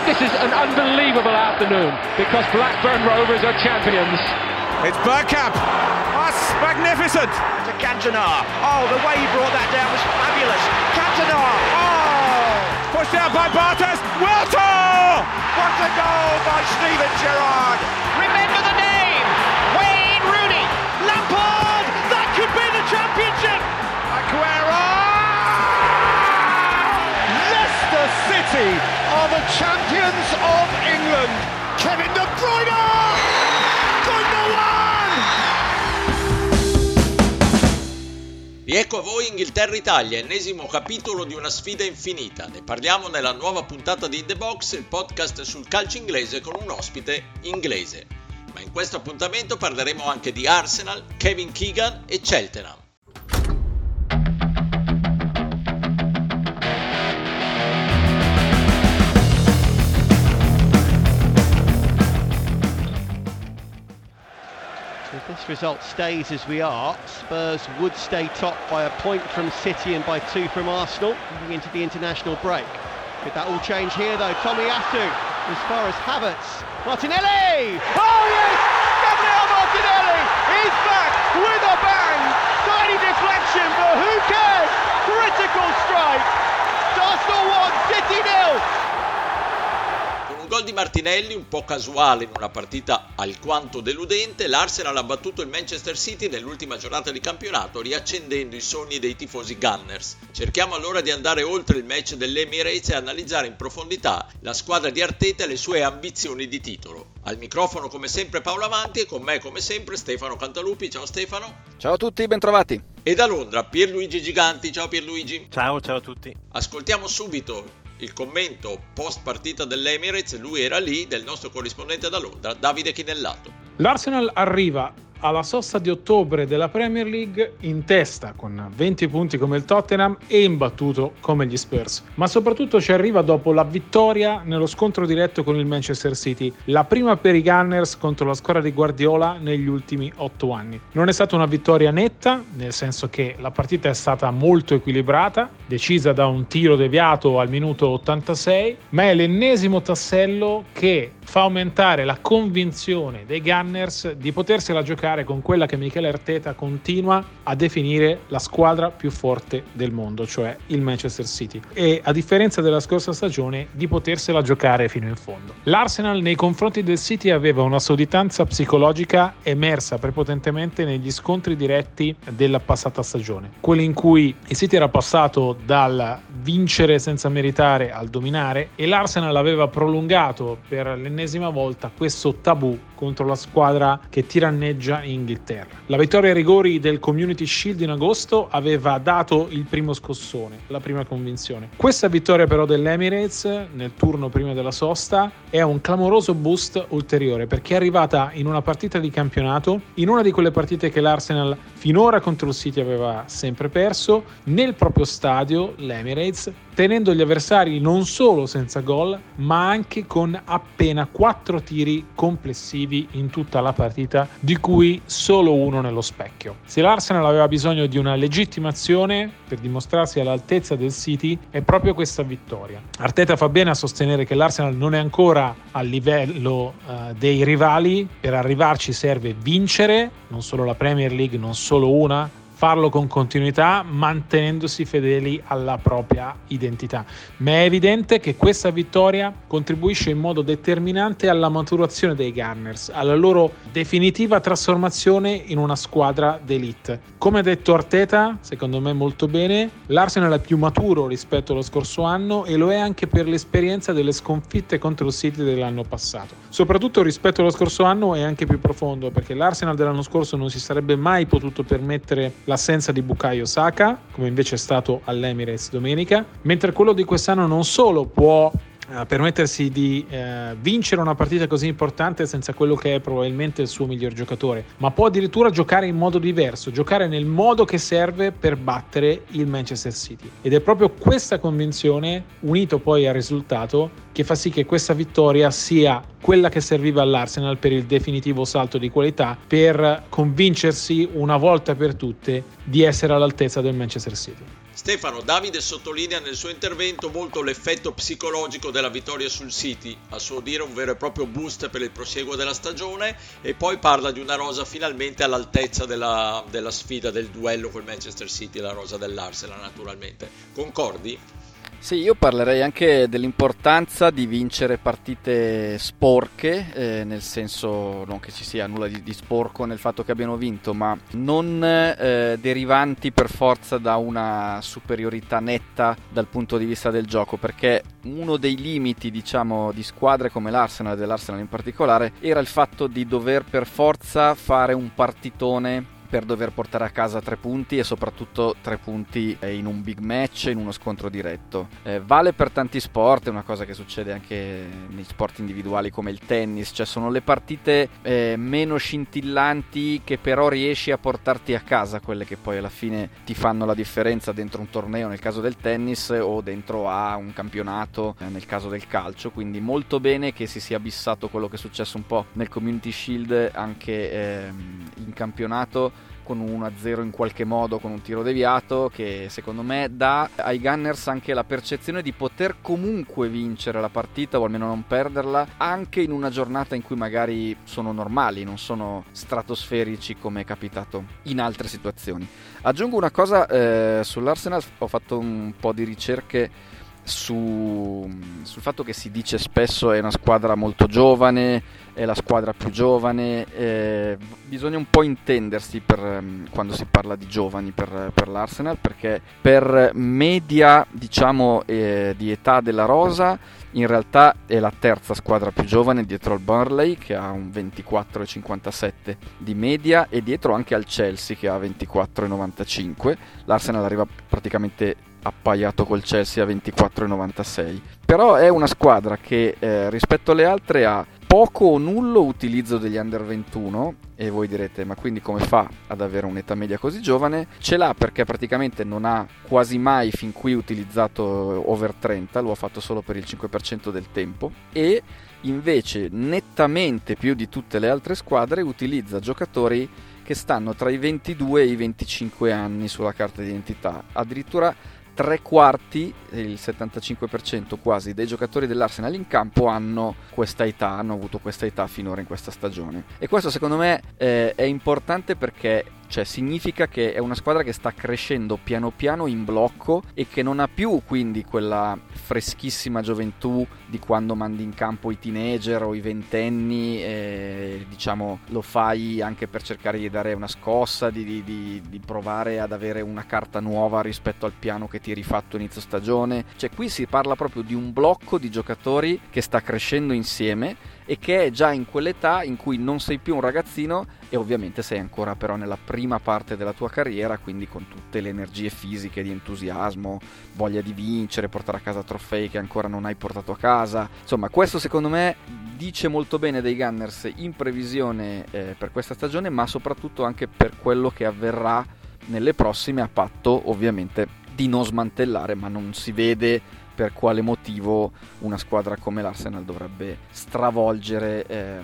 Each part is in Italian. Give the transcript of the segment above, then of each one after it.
This is an unbelievable afternoon because Blackburn Rovers are champions. It's Bergkamp. That's magnificent. To Cantona. Oh, the way he brought that down was fabulous. Cantona. Oh! Pushed out by Bartes. Wiltor! What a goal by Steven Gerrard. Remember the name. Wayne Rooney. Lampard. That could be the championship. Aguero! Leicester City are the champions of England. Kevin De Bruyne. Riecco a voi Inghilterra-Italia, ennesimo capitolo di una sfida infinita. Ne parliamo nella nuova puntata di In The Box, il podcast sul calcio inglese con un ospite inglese. Ma in questo appuntamento parleremo anche di Arsenal, Kevin Keegan e Cheltenham. If this result stays as we are, Spurs would stay top by a point from City and by 2 from Arsenal, moving into the international break. Could that all change here though? Tomiyasu, as far as Havertz. Martinelli! Oh yes! Gabriel Martinelli is back with a bang! Tiny deflection, but who cares? Critical strike! Arsenal 1, City 0! Un gol di Martinelli un po' casuale in una partita alquanto deludente, l'Arsenal ha battuto il Manchester City nell'ultima giornata di campionato, riaccendendo i sogni dei tifosi Gunners. Cerchiamo allora di andare oltre il match dell'Emirates e analizzare in profondità la squadra di Arteta e le sue ambizioni di titolo. Al microfono come sempre Paolo Avanti e con me come sempre Stefano Cantalupi. Ciao Stefano. Ciao a tutti, bentrovati. E da Londra Pierluigi Giganti. Ciao Pierluigi. Ciao a tutti. Ascoltiamo subito il commento post partita dell'Emirates, lui era lì, del nostro corrispondente da Londra, Davide Chinellato. L'Arsenal arriva alla sosta di ottobre della Premier League in testa con 20 punti come il Tottenham e imbattuto come gli Spurs, ma soprattutto ci arriva dopo la vittoria nello scontro diretto con il Manchester City, la prima per i Gunners contro la squadra di Guardiola negli ultimi 8 anni. Non è stata una vittoria netta, nel senso che la partita è stata molto equilibrata, decisa da un tiro deviato al minuto 86, ma è l'ennesimo tassello che fa aumentare la convinzione dei Gunners di potersela giocare con quella che Mikel Arteta continua a definire la squadra più forte del mondo, cioè il Manchester City, e a differenza della scorsa stagione di potersela giocare fino in fondo. L'Arsenal nei confronti del City aveva una sudditanza psicologica emersa prepotentemente negli scontri diretti della passata stagione, quelli in cui il City era passato dal vincere senza meritare al dominare, e l'Arsenal aveva prolungato per l'ennesima volta questo tabù contro la squadra che tiranneggia in Inghilterra. La vittoria ai rigori del Community Shield in agosto aveva dato il primo scossone, la prima convinzione. Questa vittoria però dell'Emirates nel turno prima della sosta è un clamoroso boost ulteriore, perché è arrivata in una partita di campionato, in una di quelle partite che l'Arsenal finora contro il City aveva sempre perso, nel proprio stadio, l'Emirates, tenendo gli avversari non solo senza gol, ma anche con appena 4 tiri complessivi in tutta la partita, di cui solo uno nello specchio. Se l'Arsenal aveva bisogno di una legittimazione per dimostrarsi all'altezza del City, è proprio questa vittoria. Arteta fa bene a sostenere che l'Arsenal non è ancora al livello dei rivali. Per arrivarci serve vincere, non solo la Premier League, non solo una, farlo con continuità, mantenendosi fedeli alla propria identità. Ma è evidente che questa vittoria contribuisce in modo determinante alla maturazione dei Gunners, alla loro definitiva trasformazione in una squadra d'élite. Come ha detto Arteta, secondo me molto bene, l'Arsenal è più maturo rispetto allo scorso anno, e lo è anche per l'esperienza delle sconfitte contro il City dell'anno passato. Soprattutto rispetto allo scorso anno è anche più profondo, perché l'Arsenal dell'anno scorso non si sarebbe mai potuto permettere l'assenza di Bukayo Saka, come invece è stato all'Emirates domenica, mentre quello di quest'anno non solo può permettersi di vincere una partita così importante senza quello che è probabilmente il suo miglior giocatore, ma può addirittura giocare in modo diverso, giocare nel modo che serve per battere il Manchester City. Ed è proprio questa convinzione, unito poi al risultato, che fa sì che questa vittoria sia quella che serviva all'Arsenal per il definitivo salto di qualità, per convincersi una volta per tutte di essere all'altezza del Manchester City. Stefano, Davide sottolinea nel suo intervento molto l'effetto psicologico della vittoria sul City, a suo dire un vero e proprio boost per il prosieguo della stagione, e poi parla di una rosa finalmente all'altezza della sfida, del duello col Manchester City, la rosa dell'Arsenal naturalmente. Concordi? Sì, io parlerei anche dell'importanza di vincere partite sporche, nel senso non che ci sia nulla di sporco nel fatto che abbiano vinto, ma non derivanti per forza da una superiorità netta dal punto di vista del gioco, perché uno dei limiti, diciamo, di squadre come l'Arsenal, dell'Arsenal in particolare, era il fatto di dover per forza fare un partitone per dover portare a casa 3 punti, e soprattutto 3 punti in un big match, in uno scontro diretto. Vale per tanti sport, è una cosa che succede anche negli sport individuali come il tennis, cioè sono le partite meno scintillanti che però riesci a portarti a casa, quelle che poi alla fine ti fanno la differenza dentro un torneo nel caso del tennis, o dentro a un campionato nel caso del calcio. Quindi molto bene che si sia abissato quello che è successo un po' nel Community Shield anche in campionato, con un 1-0 in qualche modo, con un tiro deviato, che secondo me dà ai Gunners anche la percezione di poter comunque vincere la partita, o almeno non perderla, anche in una giornata in cui magari sono normali, non sono stratosferici come è capitato in altre situazioni. Aggiungo una cosa sull'Arsenal, ho fatto un po' di ricerche sul fatto che si dice spesso è una squadra molto giovane, è la squadra più giovane. Bisogna un po' intendersi quando si parla di giovani per l'Arsenal, perché per media, diciamo, di età della rosa in realtà è la terza squadra più giovane dietro al Burnley, che ha un 24,57 di media, e dietro anche al Chelsea, che ha 24,95. L'Arsenal arriva praticamente appaiato col Chelsea a 24,96. Però è una squadra che rispetto alle altre ha poco o nullo utilizzo degli under 21, e voi direte ma quindi come fa ad avere un'età media così giovane? Ce l'ha perché praticamente non ha quasi mai fin qui utilizzato over 30, lo ha fatto solo per il 5% del tempo, e invece nettamente più di tutte le altre squadre utilizza giocatori che stanno tra i 22 e i 25 anni sulla carta d'identità. Addirittura 3/4, il 75% quasi dei giocatori dell'Arsenal in campo hanno questa età, hanno avuto questa età finora in questa stagione, e questo secondo me è importante, perché significa che è una squadra che sta crescendo piano piano in blocco, e che non ha più quindi quella freschissima gioventù di quando mandi in campo i teenager o i ventenni, diciamo lo fai anche per cercare di dare una scossa, di provare ad avere una carta nuova rispetto al piano che ti hai rifatto inizio stagione. Qui si parla proprio di un blocco di giocatori che sta crescendo insieme, e che è già in quell'età in cui non sei più un ragazzino, e ovviamente sei ancora però nella prima parte della tua carriera, quindi con tutte le energie fisiche di entusiasmo, voglia di vincere, portare a casa trofei che ancora non hai portato a casa. Insomma, questo secondo me dice molto bene dei Gunners in previsione per questa stagione, ma soprattutto anche per quello che avverrà nelle prossime, a patto ovviamente di non smantellare, ma non si vede per quale motivo una squadra come l'Arsenal dovrebbe stravolgere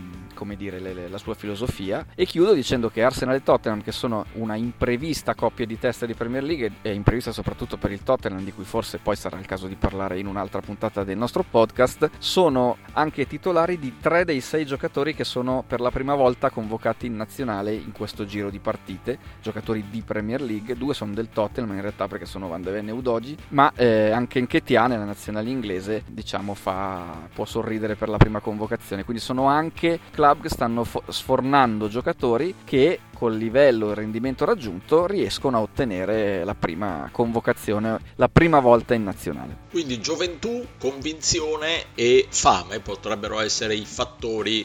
la sua filosofia. E chiudo dicendo che Arsenal e Tottenham, che sono una imprevista coppia di testa di Premier League, e imprevista soprattutto per il Tottenham, di cui forse poi sarà il caso di parlare in un'altra puntata del nostro podcast, sono anche titolari di 3 dei 6 giocatori che sono per la prima volta convocati in nazionale in questo giro di partite, giocatori di Premier League. 2 sono del Tottenham in realtà, perché sono Van de Ven e Udogie, ma anche Nketiah la nazionale inglese, diciamo, può sorridere per la prima convocazione. Quindi sono anche club che stanno sfornando giocatori che col livello e il rendimento raggiunto riescono a ottenere la prima convocazione, la prima volta in nazionale. Quindi gioventù, convinzione e fame potrebbero essere i fattori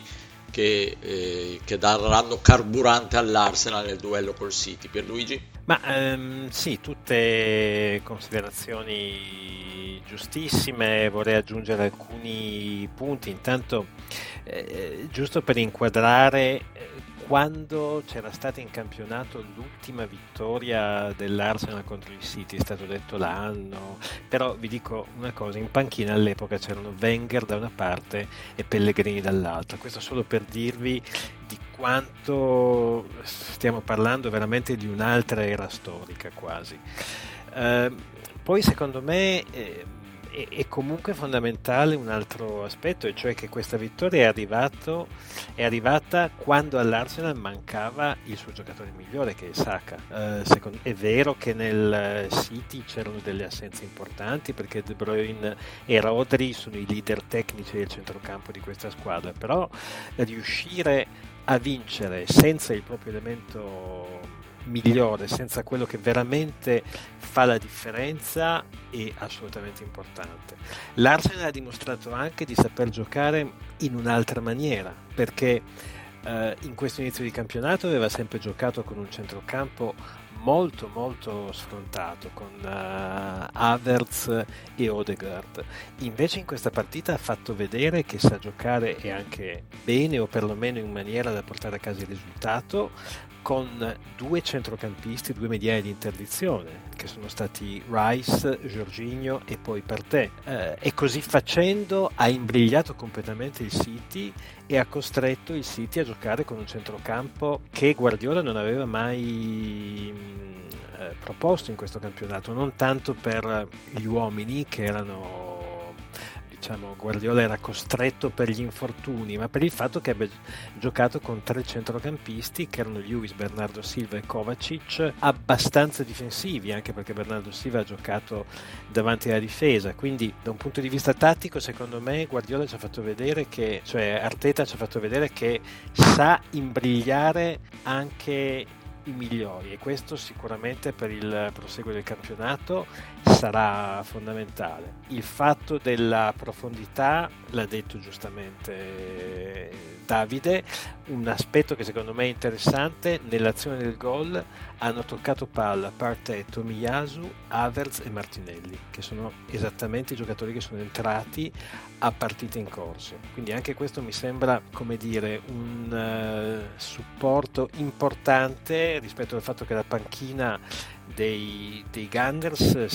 che daranno carburante all'Arsenal nel duello col City. Pierluigi? Ma sì, tutte considerazioni giustissime. Vorrei aggiungere alcuni punti. Intanto, giusto per inquadrare, quando c'era stata in campionato l'ultima vittoria dell'Arsenal contro il City, è stato detto l'anno, però vi dico una cosa: in panchina all'epoca c'erano Wenger da una parte e Pellegrini dall'altra. Questo solo per dirvi di quanto stiamo parlando veramente di un'altra era storica quasi. Poi secondo me è comunque fondamentale un altro aspetto, e cioè che questa vittoria è arrivata quando all'Arsenal mancava il suo giocatore migliore, che è Saka. È vero che nel City c'erano delle assenze importanti, perché De Bruyne e Rodri sono i leader tecnici del centrocampo di questa squadra, però riuscire a vincere senza il proprio elemento migliore, senza quello che veramente fa la differenza, è assolutamente importante. L'Arsenal ha dimostrato anche di saper giocare in un'altra maniera, perché in questo inizio di campionato aveva sempre giocato con un centrocampo molto molto sfrontato, con Havertz e Odegaard. Invece in questa partita ha fatto vedere che sa giocare, e anche bene, o perlomeno in maniera da portare a casa il risultato, con due centrocampisti, due mediani di interdizione, che sono stati Rice, Jorginho e poi Partey. E così facendo ha imbrigliato completamente il City e ha costretto il City a giocare con un centrocampo che Guardiola non aveva mai proposto in questo campionato, non tanto per gli uomini che erano, diciamo, Guardiola era costretto per gli infortuni, ma per il fatto che abbia giocato con tre centrocampisti che erano Lewis, Bernardo Silva e Kovacic, abbastanza difensivi, anche perché Bernardo Silva ha giocato davanti alla difesa. Quindi da un punto di vista tattico, secondo me Guardiola ci ha fatto vedere che, cioè Arteta ci ha fatto vedere che sa imbrigliare anche i migliori, e questo sicuramente per il proseguo del campionato sarà fondamentale. Il fatto della profondità l'ha detto giustamente Davide. Un aspetto che secondo me è interessante: nell'azione del gol hanno toccato palla Partey, Tomiyasu, Havertz e Martinelli, che sono esattamente i giocatori che sono entrati a partita in corso. Quindi anche questo mi sembra, come dire, un supporto importante rispetto al fatto che la panchina dei Gunners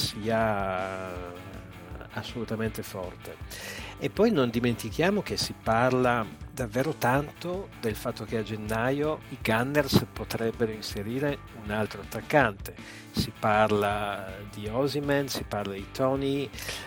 sia assolutamente forte. E poi non dimentichiamo che si parla davvero tanto del fatto che a gennaio i Gunners potrebbero inserire un altro attaccante. Si parla di Osimhen, si parla di Toney.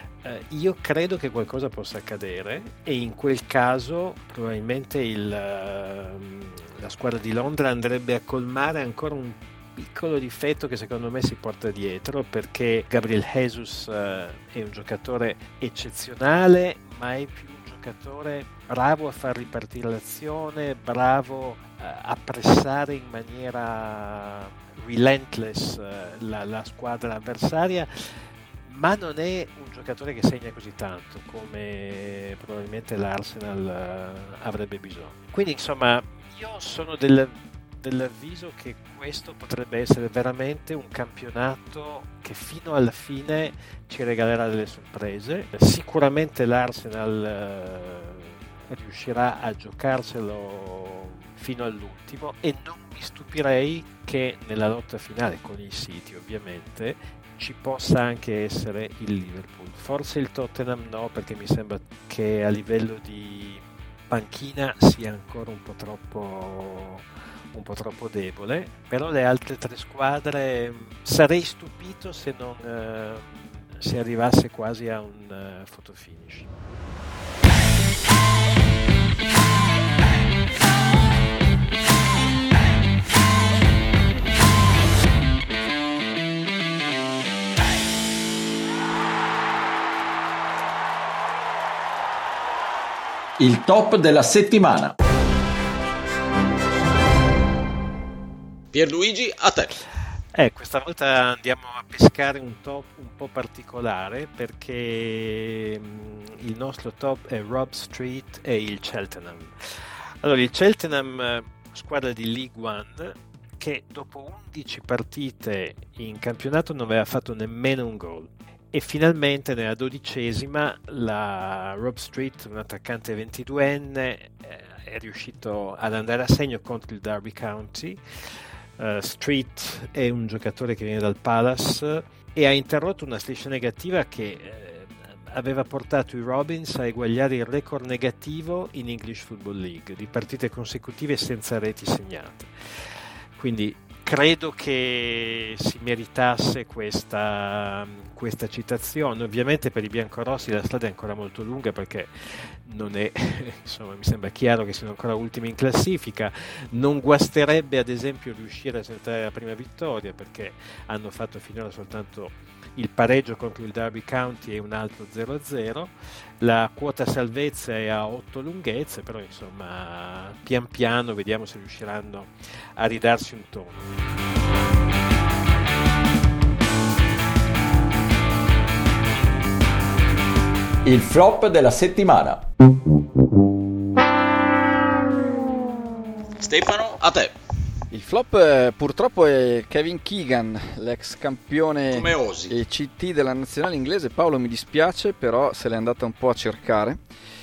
Io credo che qualcosa possa accadere, e in quel caso probabilmente la squadra di Londra andrebbe a colmare ancora un piccolo difetto che secondo me si porta dietro, perché Gabriel Jesus è un giocatore eccezionale, ma è più un giocatore bravo a far ripartire l'azione, bravo a pressare in maniera relentless la squadra avversaria, ma non è un giocatore che segna così tanto come probabilmente l'Arsenal avrebbe bisogno. Quindi insomma io sono dell'avviso che questo potrebbe essere veramente un campionato che fino alla fine ci regalerà delle sorprese. Sicuramente l'Arsenal riuscirà a giocarselo fino all'ultimo, e non mi stupirei che nella lotta finale con il City ovviamente ci possa anche essere il Liverpool. Forse il Tottenham no, perché mi sembra che a livello di panchina sia ancora un po' troppo debole, però le altre tre squadre sarei stupito se non si arrivasse quasi a un photo finish. Il top della settimana. Pierluigi, a te. Questa volta andiamo a pescare un top un po' particolare, perché il nostro top è Rob Street e il Cheltenham. Allora, il Cheltenham, squadra di League One, che dopo 11 partite in campionato non aveva fatto nemmeno un gol. E finalmente nella 12ª la Rob Street, un attaccante 22enne, è riuscito ad andare a segno contro il Derby County. Street è un giocatore che viene dal Palace e ha interrotto una striscia negativa che aveva portato i Robins a eguagliare il record negativo in English Football League di partite consecutive senza reti segnate. Quindi credo che si meritasse questa citazione. Ovviamente per i biancorossi la strada è ancora molto lunga, perché non è, insomma, mi sembra chiaro che siano ancora ultimi in classifica. Non guasterebbe ad esempio riuscire a centrare la prima vittoria, perché hanno fatto finora soltanto il pareggio contro il Derby County e un altro 0-0. La quota salvezza è a 8 lunghezze, però insomma pian piano vediamo se riusciranno a ridarsi un tono. Il flop della settimana. Stefano, a te. Il flop purtroppo è Kevin Keegan, l'ex campione Come osi? e CT della nazionale inglese. Paolo, mi dispiace, però se l'è andata un po' a cercare,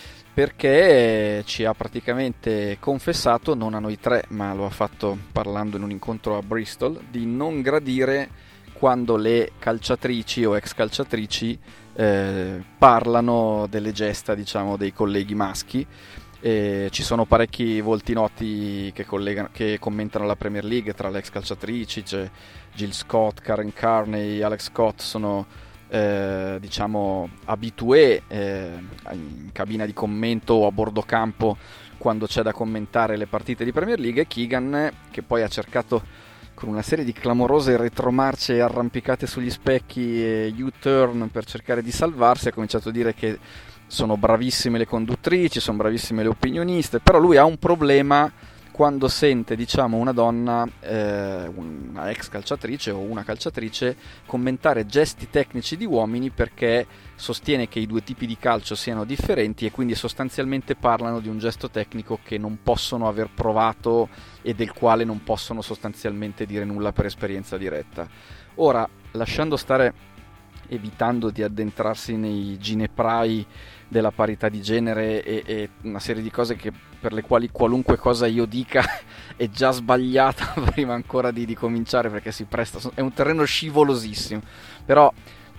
perché ci ha praticamente confessato, non a noi tre, ma lo ha fatto parlando in un incontro a Bristol, di non gradire quando le calciatrici o ex calciatrici parlano delle gesta, diciamo, dei colleghi maschi. Ci sono parecchi volti noti che commentano la Premier League, tra le ex calciatrici c'è Jill Scott, Karen Carney, Alex Scott, sono diciamo abitué in cabina di commento o a bordo campo quando c'è da commentare le partite di Premier League. E Keegan, che poi ha cercato con una serie di clamorose retromarce arrampicate sugli specchi e U-turn per cercare di salvarsi, ha cominciato a dire che sono bravissime le conduttrici, sono bravissime le opinioniste, però lui ha un problema quando sente, diciamo, una donna, una ex calciatrice o una calciatrice, commentare gesti tecnici di uomini, perché sostiene che i due tipi di calcio siano differenti e quindi sostanzialmente parlano di un gesto tecnico che non possono aver provato e del quale non possono sostanzialmente dire nulla per esperienza diretta. Ora, lasciando stare, evitando di addentrarsi nei gineprai della parità di genere e una serie di cose per le quali qualunque cosa io dica è già sbagliata prima ancora di cominciare, perché si presta, è un terreno scivolosissimo, però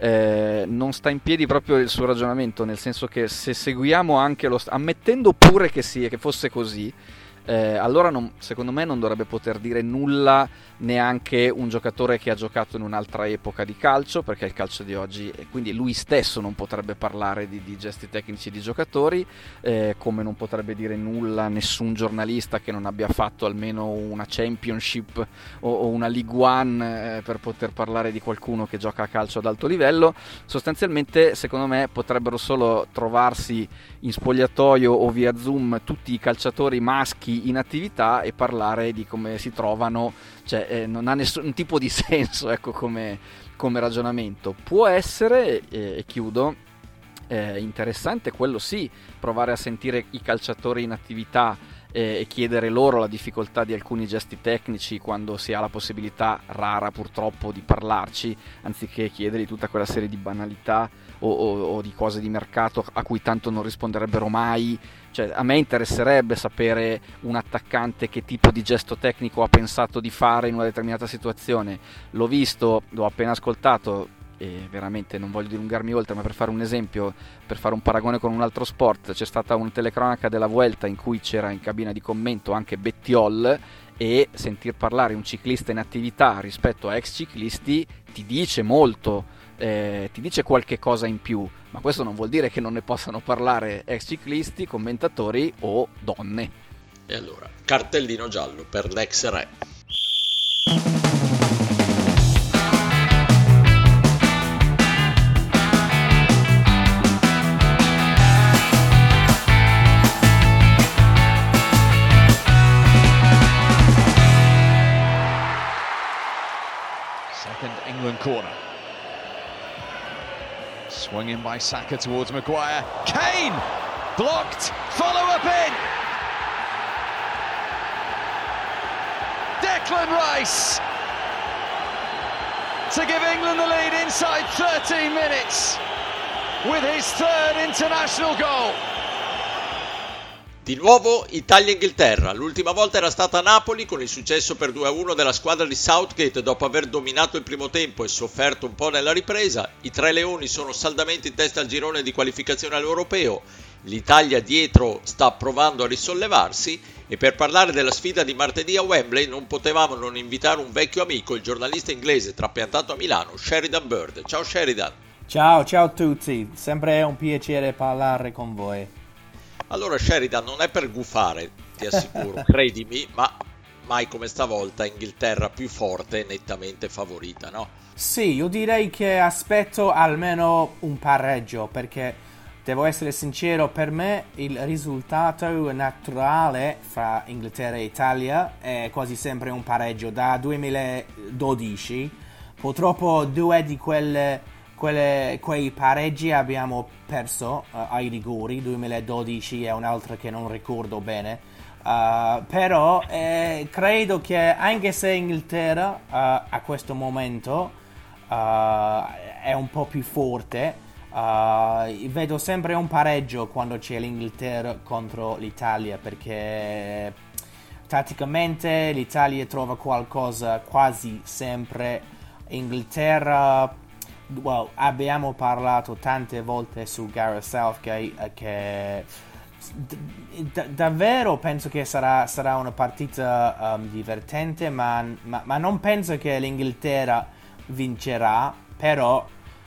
non sta in piedi proprio il suo ragionamento, nel senso che se seguiamo anche ammettendo pure che fosse così, allora secondo me non dovrebbe poter dire nulla neanche un giocatore che ha giocato in un'altra epoca di calcio, perché il calcio di oggi, e quindi lui stesso non potrebbe parlare di gesti tecnici di giocatori, come non potrebbe dire nulla nessun giornalista che non abbia fatto almeno una Championship o una League One per poter parlare di qualcuno che gioca a calcio ad alto livello. Sostanzialmente, secondo me, potrebbero solo trovarsi in spogliatoio o via Zoom tutti i calciatori maschi in attività e parlare di come si trovano, cioè non ha nessun tipo di senso, ecco, come ragionamento. Può essere, e chiudo, interessante, quello sì, provare a sentire i calciatori in attività e chiedere loro la difficoltà di alcuni gesti tecnici quando si ha la possibilità, rara purtroppo, di parlarci, anziché chiedergli tutta quella serie di banalità o di cose di mercato a cui tanto non risponderebbero mai. Cioè, a me interesserebbe sapere un attaccante che tipo di gesto tecnico ha pensato di fare in una determinata situazione. L'ho visto, l'ho appena ascoltato, e veramente non voglio dilungarmi oltre, ma per fare un esempio, per fare un paragone con un altro sport, c'è stata una telecronaca della Vuelta in cui c'era in cabina di commento anche Bettiol, e sentir parlare un ciclista in attività rispetto a ex ciclisti ti dice molto, ti dice qualche cosa in più, ma questo non vuol dire che non ne possano parlare ex ciclisti, commentatori o donne. E allora, cartellino giallo per l'ex re. Second England corner. Swung in by Saka towards Maguire. Kane! Blocked! Follow up in! Declan Rice! To give England the lead inside 13 minutes with his third international goal. Di nuovo Italia-Inghilterra, l'ultima volta era stata a Napoli con il successo per 2-1 della squadra di Southgate dopo aver dominato il primo tempo e sofferto un po' nella ripresa. I tre leoni sono saldamente in testa al girone di qualificazione all'Europeo L'Italia dietro sta provando a risollevarsi, e per parlare della sfida di martedì a Wembley non potevamo non invitare un vecchio amico, il giornalista inglese trapiantato a Milano, Sheridan Bird. Ciao Sheridan. Ciao a tutti, sempre un piacere parlare con voi. Allora Sheridan, non è per gufare, ti assicuro, credimi, ma mai come stavolta Inghilterra più forte e nettamente favorita, no? Sì, io direi che aspetto almeno un pareggio, perché devo essere sincero, per me il risultato naturale fra Inghilterra e Italia è quasi sempre un pareggio. Da 2012 purtroppo due di quei pareggi abbiamo perso ai rigori, 2012 e un altro che non ricordo bene, però credo che anche se Inghilterra a questo momento è un po' più forte, vedo sempre un pareggio quando c'è l'Inghilterra contro l'Italia, perché tatticamente l'Italia trova qualcosa quasi sempre. Inghilterra, abbiamo parlato tante volte su Gareth Southgate, che davvero penso che sarà una partita divertente, ma non penso che l'Inghilterra vincerà. Però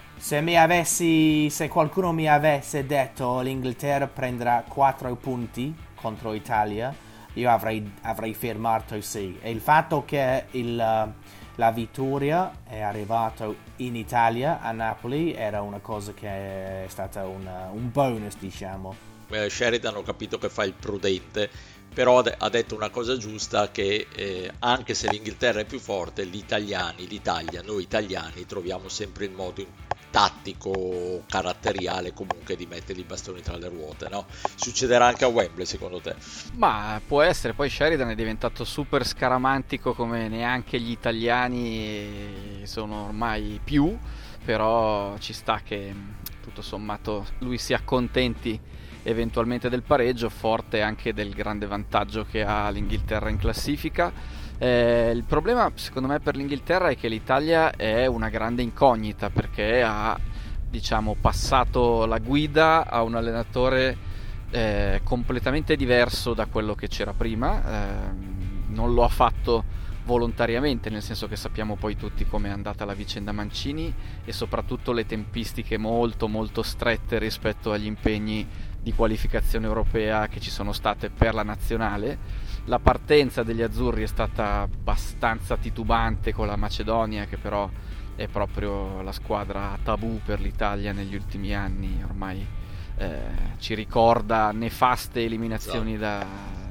se qualcuno mi avesse detto l'Inghilterra prenderà 4 punti contro l'Italia, io avrei firmato sì. E il fatto che la vittoria è arrivata in Italia, a Napoli, era una cosa che è stata un bonus, diciamo. Sheridan, ho capito che fa il prudente, però ha detto una cosa giusta, che anche se l'Inghilterra è più forte, noi italiani troviamo sempre il modo tattico, caratteriale comunque di mettere i bastoni tra le ruote, no? Succederà anche a Wembley, secondo te? Ma può essere. Poi Sheridan è diventato super scaramantico, come neanche gli italiani sono ormai più, però ci sta che tutto sommato lui si accontenti eventualmente del pareggio, forte anche del grande vantaggio che ha l'Inghilterra in classifica. Il problema secondo me per l'Inghilterra è che l'Italia è una grande incognita, perché ha, diciamo, passato la guida a un allenatore completamente diverso da quello che c'era prima. Non lo ha fatto volontariamente, nel senso che sappiamo poi tutti come è andata la vicenda Mancini, e soprattutto le tempistiche molto molto strette rispetto agli impegni di qualificazione europea che ci sono state per la nazionale. La partenza degli azzurri è stata abbastanza titubante con la Macedonia, che però è proprio la squadra tabù per l'Italia negli ultimi anni, ormai ci ricorda nefaste eliminazioni dal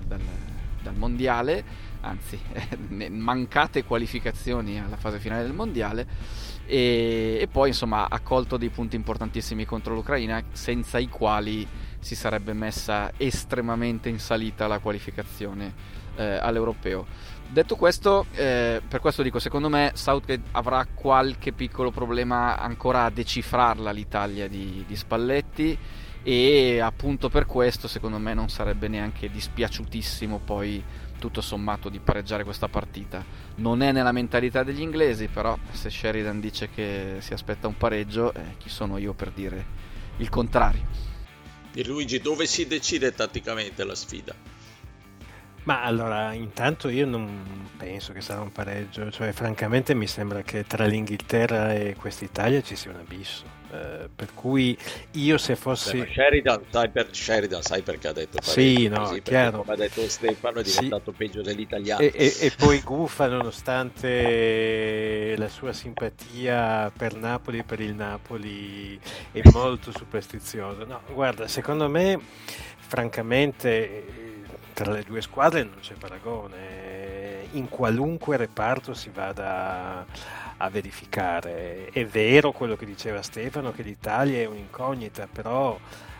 mondiale, anzi mancate qualificazioni alla fase finale del mondiale, e poi insomma ha colto dei punti importantissimi contro l'Ucraina, senza i quali si sarebbe messa estremamente in salita la qualificazione all'europeo. Detto questo, per questo dico, secondo me Southgate avrà qualche piccolo problema ancora a decifrarla l'Italia di Spalletti, e appunto per questo secondo me non sarebbe neanche dispiaciutissimo poi tutto sommato di pareggiare questa partita. Non è nella mentalità degli inglesi, però se Sheridan dice che si aspetta un pareggio, chi sono io per dire il contrario? Pierluigi, dove si decide tatticamente la sfida? Ma allora, intanto io non penso che sarà un pareggio, cioè francamente mi sembra che tra l'Inghilterra e quest'Italia ci sia un abisso, per cui io se fossi... Sheridan sai perché ha detto pareggio? Sì, no, così, chiaro. Come ha detto Stefano, è diventato peggio dell'italiano. E poi gufa, nonostante la sua simpatia per Napoli e per il Napoli, è molto superstizioso. No, guarda, secondo me, francamente, tra le due squadre non c'è paragone, in qualunque reparto si vada a verificare. È vero quello che diceva Stefano, che l'Italia è un'incognita, però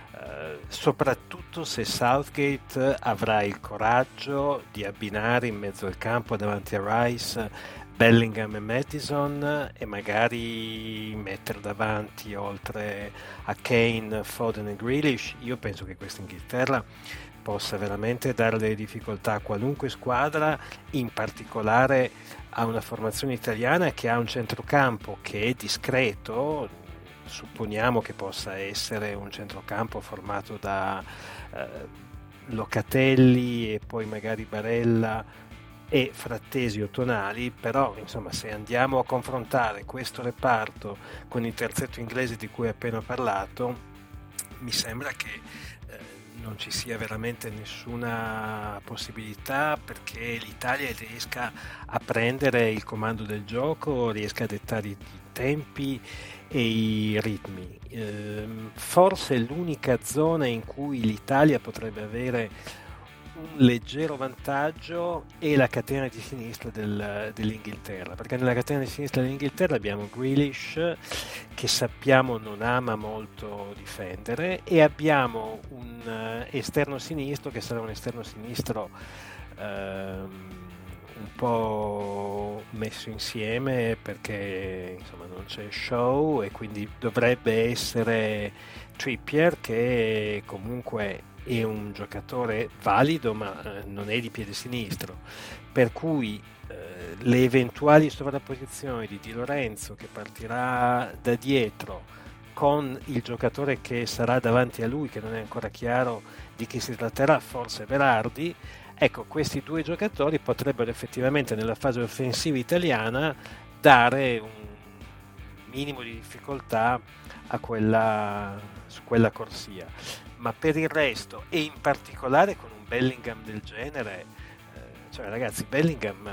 soprattutto se Southgate avrà il coraggio di abbinare in mezzo al campo davanti a Rice Bellingham e Maddison, e magari mettere davanti, oltre a Kane, Foden e Grealish, io penso che questa Inghilterra possa veramente dare delle difficoltà a qualunque squadra, in particolare a una formazione italiana che ha un centrocampo che è discreto, supponiamo che possa essere un centrocampo formato da Locatelli e poi magari Barella e Frattesi o Tonali, però insomma se andiamo a confrontare questo reparto con il terzetto inglese di cui ho appena parlato, mi sembra che non ci sia veramente nessuna possibilità perché l'Italia riesca a prendere il comando del gioco, riesca a dettare i tempi e i ritmi. Forse l'unica zona in cui l'Italia potrebbe avere un leggero vantaggio è la catena di sinistra dell'Inghilterra, perché nella catena di sinistra dell'Inghilterra abbiamo Grealish, che sappiamo non ama molto difendere, e abbiamo un esterno sinistro che sarà un esterno sinistro un po' messo insieme perché insomma non c'è Shaw, e quindi dovrebbe essere Trippier, che comunque è un giocatore valido ma non è di piede sinistro, per cui le eventuali sovrapposizioni di Di Lorenzo che partirà da dietro con il giocatore che sarà davanti a lui, che non è ancora chiaro di chi si tratterà, forse Berardi, ecco, questi due giocatori potrebbero effettivamente nella fase offensiva italiana dare un minimo di difficoltà a su quella corsia. Ma per il resto, e in particolare con un Bellingham del genere, cioè ragazzi, Bellingham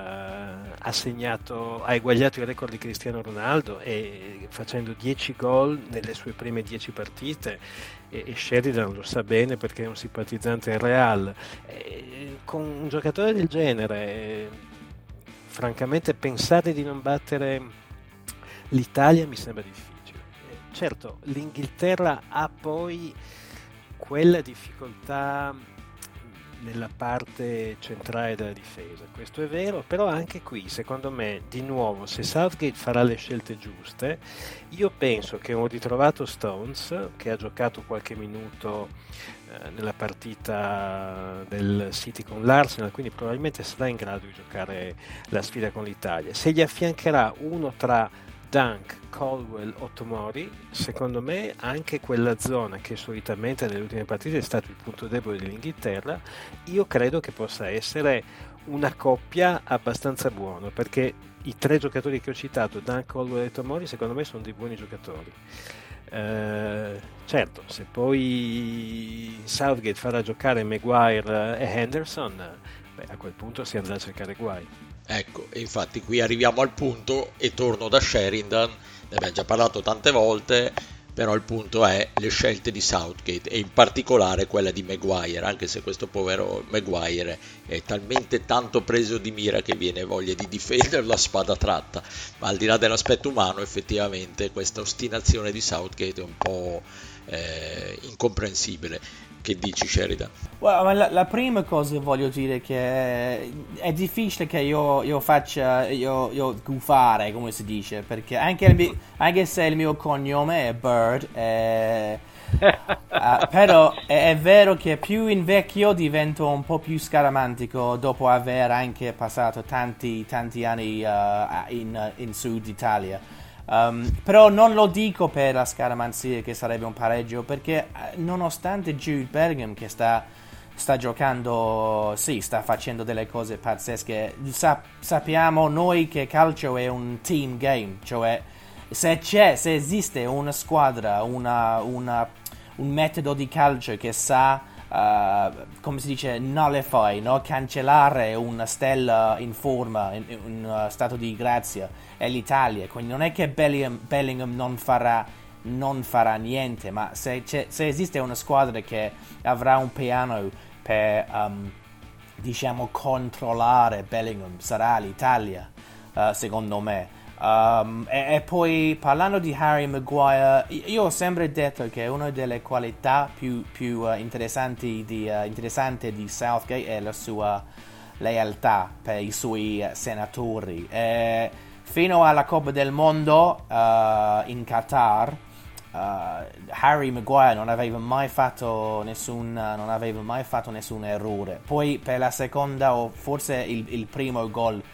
ha eguagliato il record di Cristiano Ronaldo e facendo 10 gol nelle sue prime 10 partite, e Sheridan lo sa bene perché è un simpatizzante del Real. Con un giocatore del genere, francamente pensare di non battere l'Italia mi sembra difficile. Certo, l'Inghilterra ha poi quella difficoltà nella parte centrale della difesa, questo è vero, però anche qui secondo me, di nuovo, se Southgate farà le scelte giuste, io penso che un ritrovato Stones, che ha giocato qualche minuto nella partita del City con l'Arsenal, quindi probabilmente sarà in grado di giocare la sfida con l'Italia, se gli affiancherà uno tra Dunk, Colwell o Tomori, secondo me anche quella zona che solitamente nelle ultime partite è stato il punto debole dell'Inghilterra, io credo che possa essere una coppia abbastanza buona, perché i tre giocatori che ho citato, Dunk, Colwell e Tomori, secondo me sono dei buoni giocatori. Certo, se poi Southgate farà giocare Maguire e Henderson, a quel punto si andrà a cercare guai. Ecco, e infatti qui arriviamo al punto e torno da Sheridan, ne abbiamo già parlato tante volte, però il punto è le scelte di Southgate e in particolare quella di Maguire, anche se questo povero Maguire è talmente tanto preso di mira che viene voglia di difenderlo a spada tratta, ma al di là dell'aspetto umano effettivamente questa ostinazione di Southgate è un po' incomprensibile. Che dici, Sheridan? La prima cosa voglio dire che è difficile che io gufare, come si dice, perché anche se il mio cognome è Bird, però è vero che più invecchio divento un po' più scaramantico dopo aver anche passato tanti anni in Sud Italia. Però non lo dico per la scaramanzia che sarebbe un pareggio, perché nonostante Jude Bellingham che sta giocando, sì, sta facendo delle cose pazzesche, sappiamo noi che calcio è un team game, cioè se esiste una squadra, un metodo di calcio che sa come si dice, nullify, no? Cancellare una stella in forma, in stato di grazia, è l'Italia. Quindi non è che Bellingham non farà niente, ma se esiste una squadra che avrà un piano per diciamo controllare Bellingham, sarà l'Italia, secondo me. E poi parlando di Harry Maguire, io ho sempre detto che una delle qualità più interessanti di Southgate è la sua lealtà per i suoi senatori. Fino alla Coppa del Mondo in Qatar, Harry Maguire non aveva mai fatto nessun errore. Poi per la seconda o forse il primo gol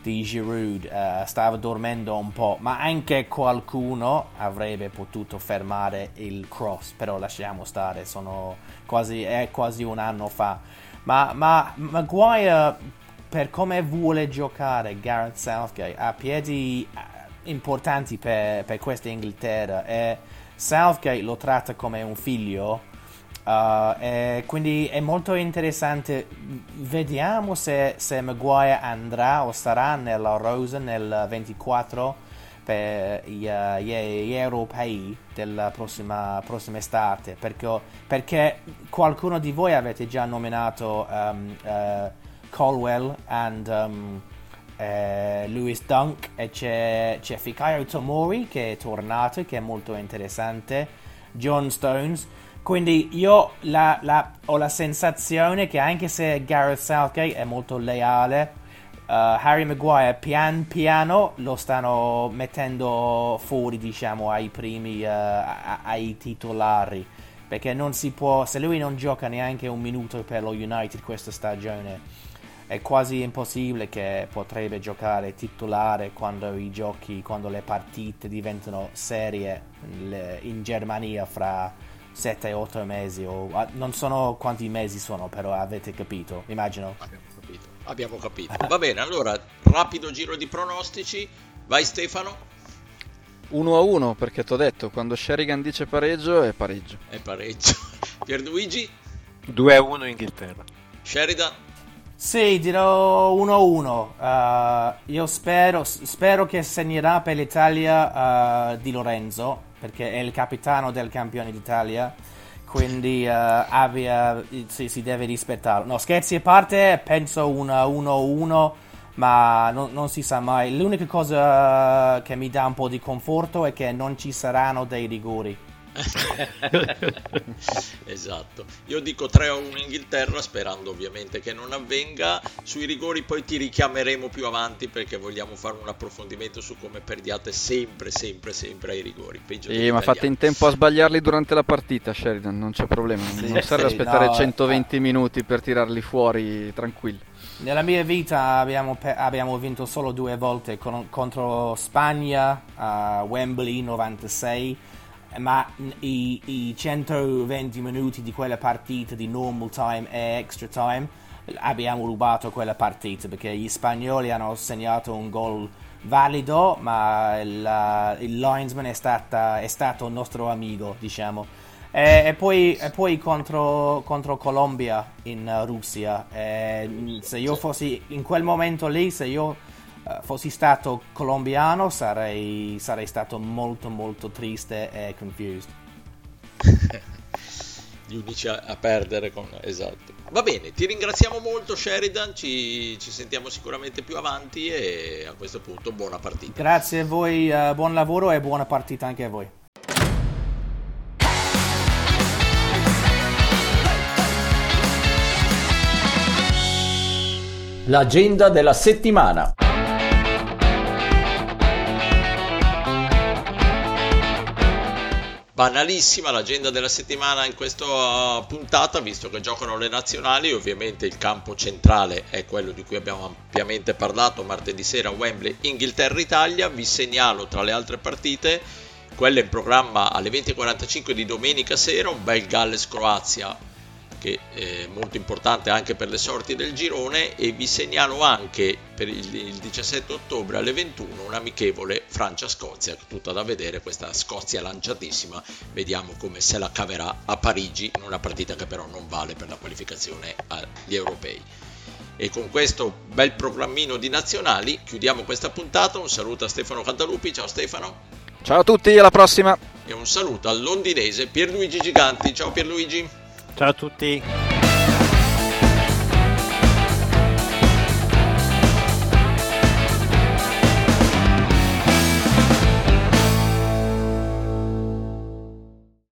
di Giroud, stava dormendo un po', ma anche qualcuno avrebbe potuto fermare il cross, però lasciamo stare, è quasi un anno fa. Ma Maguire, per come vuole giocare Gareth Southgate, ha piedi importanti per questa Inghilterra, e Southgate lo tratta come un figlio. E quindi è molto interessante. Vediamo se Maguire andrà o sarà nella rosa nel 24 per gli europei della prossima estate, perché qualcuno di voi avete già nominato Colwell e Lewis Dunk, e c'è Fikayo Tomori che è tornato, che è molto interessante, John Stones. Quindi io ho la sensazione che anche se Gareth Southgate è molto leale, Harry Maguire pian piano lo stanno mettendo fuori, diciamo, ai primi, ai titolari, perché non si può, se lui non gioca neanche un minuto per lo United questa stagione, è quasi impossibile che potrebbe giocare titolare quando le partite diventano serie in Germania fra 7-8 mesi, o non so quanti mesi sono, però avete capito, immagino. Abbiamo capito. Va bene, allora rapido giro di pronostici. Vai Stefano. 1-1, perché t'ho detto, quando Sheringham dice pareggio è pareggio. È pareggio. Pierluigi? 2-1 Inghilterra. Sheridan? Sì, dirò 1-1. Io spero che segnerà per l'Italia Di Lorenzo, perché è il capitano del campione d'Italia, quindi si deve rispettare. No, scherzi a parte, penso 1-1, ma non si sa mai. L'unica cosa che mi dà un po' di conforto è che non ci saranno dei rigori. Esatto, io dico 3-1 Inghilterra, sperando ovviamente che non avvenga. Sui rigori poi ti richiameremo più avanti, perché vogliamo fare un approfondimento su come perdiate sempre ai rigori. Ma fate in tempo a sbagliarli durante la partita, Sheridan, non c'è problema, non serve aspettare 120 minuti per tirarli fuori tranquilli. Nella mia vita abbiamo vinto solo 2 volte contro Spagna a Wembley 96, ma i 120 minuti di quella partita di normal time e extra time abbiamo rubato quella partita, perché gli spagnoli hanno segnato un gol valido, ma il linesman è stato il nostro amico, diciamo. E poi contro Colombia in Russia, se io fossi in quel momento lì, se io fossi stato colombiano, sarei stato molto molto triste e confused. Gli unici a perdere esatto. Va bene, ti ringraziamo molto Sheridan, ci sentiamo sicuramente più avanti, e a questo punto buona partita. Grazie a voi, buon lavoro e buona partita anche a voi. L'agenda della settimana. Banalissima l'agenda della settimana in questa puntata, visto che giocano le nazionali. Ovviamente il campo centrale è quello di cui abbiamo ampiamente parlato martedì sera, Wembley, Inghilterra-Italia. Vi segnalo tra le altre partite quella in programma alle 20:45 di domenica sera, un bel Galles-Croazia che è molto importante anche per le sorti del girone, e vi segnalo anche per il 17 ottobre alle 21 un amichevole Francia-Scozia, tutta da vedere, questa Scozia lanciatissima, vediamo come se la caverà a Parigi, in una partita che però non vale per la qualificazione agli europei. E con questo bel programmino di nazionali chiudiamo questa puntata. Un saluto a Stefano Cantalupi. Ciao Stefano. Ciao a tutti, alla prossima. E un saluto al londinese Pierluigi Giganti. Ciao Pierluigi. Ciao a tutti.